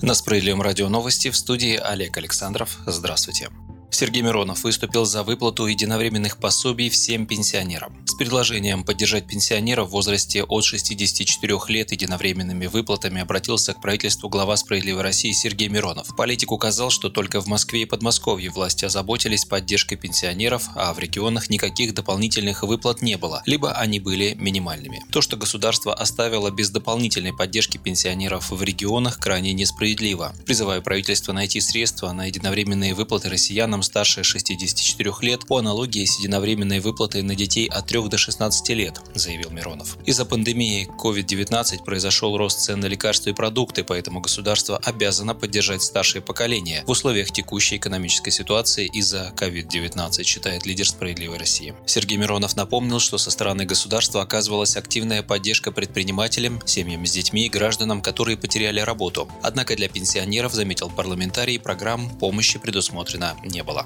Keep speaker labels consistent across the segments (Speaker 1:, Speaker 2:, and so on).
Speaker 1: На Справедливом радио новости, в студии Олег Александров. Здравствуйте. Сергей Миронов выступил за выплату единовременных пособий всем пенсионерам. С предложением поддержать пенсионеров в возрасте от 64 лет единовременными выплатами обратился к правительству глава «Справедливой России» Сергей Миронов. Политик указал, что только в Москве и Подмосковье власти озаботились поддержкой пенсионеров, а в регионах никаких дополнительных выплат не было, либо они были минимальными. То, что государство оставило без дополнительной поддержки пенсионеров в регионах, крайне несправедливо. Призываю правительство найти средства на единовременные выплаты россиянам старше 64 лет по аналогии с единовременной выплатой на детей от 3 до 16 лет, заявил Миронов. Из-за пандемии COVID-19 произошел рост цен на лекарства и продукты, поэтому государство обязано поддержать старшее поколение в условиях текущей экономической ситуации из-за COVID-19, считает лидер «Справедливой России». Сергей Миронов напомнил, что со стороны государства оказывалась активная поддержка предпринимателям, семьям с детьми и гражданам, которые потеряли работу. Однако для пенсионеров, заметил парламентарий, программ помощи предусмотрено не было.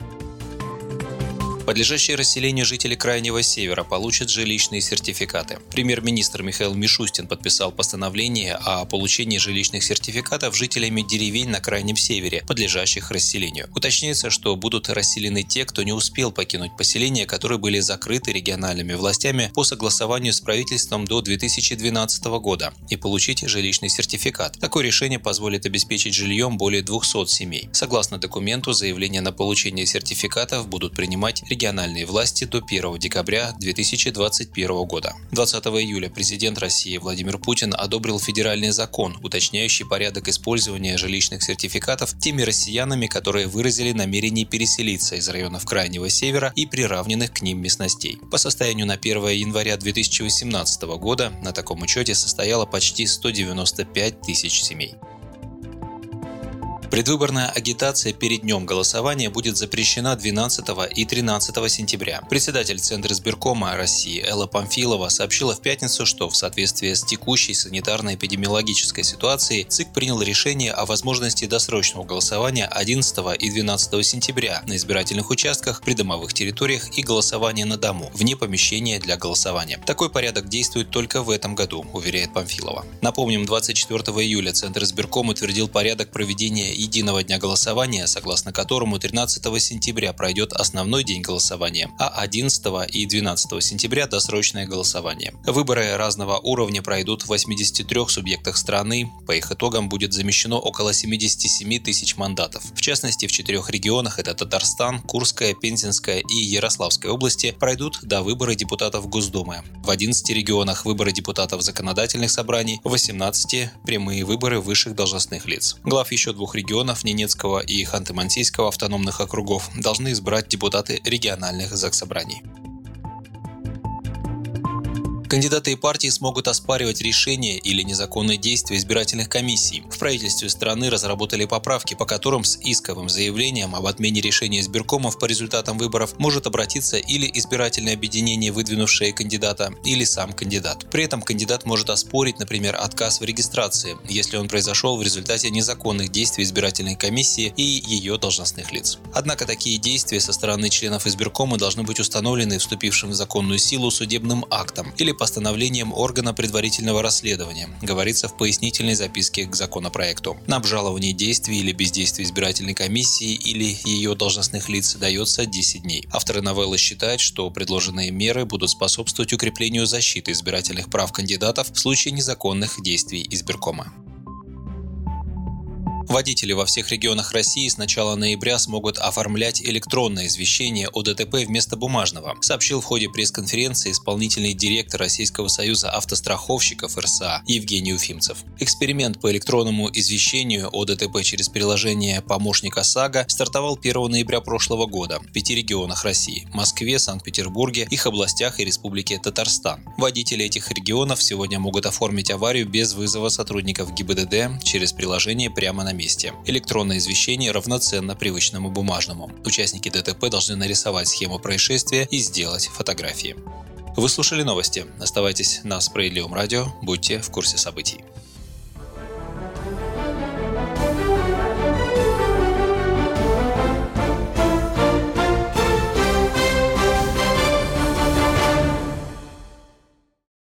Speaker 1: Подлежащие расселению жители Крайнего Севера получат жилищные сертификаты. Премьер-министр Михаил Мишустин подписал постановление о получении жилищных сертификатов жителями деревень на Крайнем Севере, подлежащих расселению. Уточняется, что будут расселены те, кто не успел покинуть поселения, которые были закрыты региональными властями по согласованию с правительством до 2012 года, и получить жилищный сертификат. Такое решение позволит обеспечить жильем более 200 семей. Согласно документу, заявления на получение сертификатов будут принимать региональные власти до 1 декабря 2021 года. 20 июля президент России Владимир Путин одобрил федеральный закон, уточняющий порядок использования жилищных сертификатов теми россиянами, которые выразили намерение переселиться из районов Крайнего Севера и приравненных к ним местностей. По состоянию на 1 января 2018 года на таком учете состояло почти 195 тысяч семей. Предвыборная агитация перед днем голосования будет запрещена 12 и 13 сентября. Председатель Центра избиркома России Элла Памфилова сообщила в пятницу, что в соответствии с текущей санитарно-эпидемиологической ситуацией ЦИК принял решение о возможности досрочного голосования 11 и 12 сентября на избирательных участках, придомовых территориях и голосования на дому, вне помещения для голосования. Такой порядок действует только в этом году, уверяет Памфилова. Напомним, 24 июля Центр избиркома утвердил порядок проведения единого дня голосования, согласно которому 13 сентября пройдет основной день голосования, а 11 и 12 сентября досрочное голосование. Выборы разного уровня пройдут в 83 субъектах страны. По их итогам будет замещено около 77 тысяч мандатов. В частности, в 4 регионах – это Татарстан, Курская, Пензенская и Ярославская области – пройдут до выбора депутатов Госдумы. В 11 регионах – выборы депутатов законодательных собраний, в 18 – прямые выборы высших должностных лиц. Глав еще 2 регионов Ненецкого и Ханты-Мансийского автономных округов должны избрать депутаты региональных заксобраний. Кандидаты и партии смогут оспаривать решения или незаконные действия избирательных комиссий. В правительстве страны разработали поправки, по которым с исковым заявлением об отмене решения избиркомов по результатам выборов может обратиться или избирательное объединение, выдвинувшее кандидата, или сам кандидат. При этом кандидат может оспорить, например, отказ в регистрации, если он произошел в результате незаконных действий избирательной комиссии и ее должностных лиц. Однако такие действия со стороны членов избиркома должны быть установлены вступившим в законную силу судебным актом или постановлением органа предварительного расследования, говорится в пояснительной записке к законопроекту. На обжалование действий или бездействия избирательной комиссии или ее должностных лиц дается 10 дней. Авторы новеллы считают, что предложенные меры будут способствовать укреплению защиты избирательных прав кандидатов в случае незаконных действий избиркома. Водители во всех регионах России с начала ноября смогут оформлять электронное извещение о ДТП вместо бумажного, сообщил в ходе пресс-конференции исполнительный директор Российского союза автостраховщиков РСА Евгений Уфимцев. Эксперимент по электронному извещению о ДТП через приложение «Помощник ОСАГО» стартовал 1 ноября прошлого года в 5 регионах России – Москве, Санкт-Петербурге, их областях и Республике Татарстан. Водители этих регионов сегодня могут оформить аварию без вызова сотрудников ГИБДД через приложение прямо на месте. Электронное извещение равноценно привычному бумажному. Участники ДТП должны нарисовать схему происшествия и сделать фотографии. Вы слушали новости. Оставайтесь на Справедливом радио, будьте в курсе событий.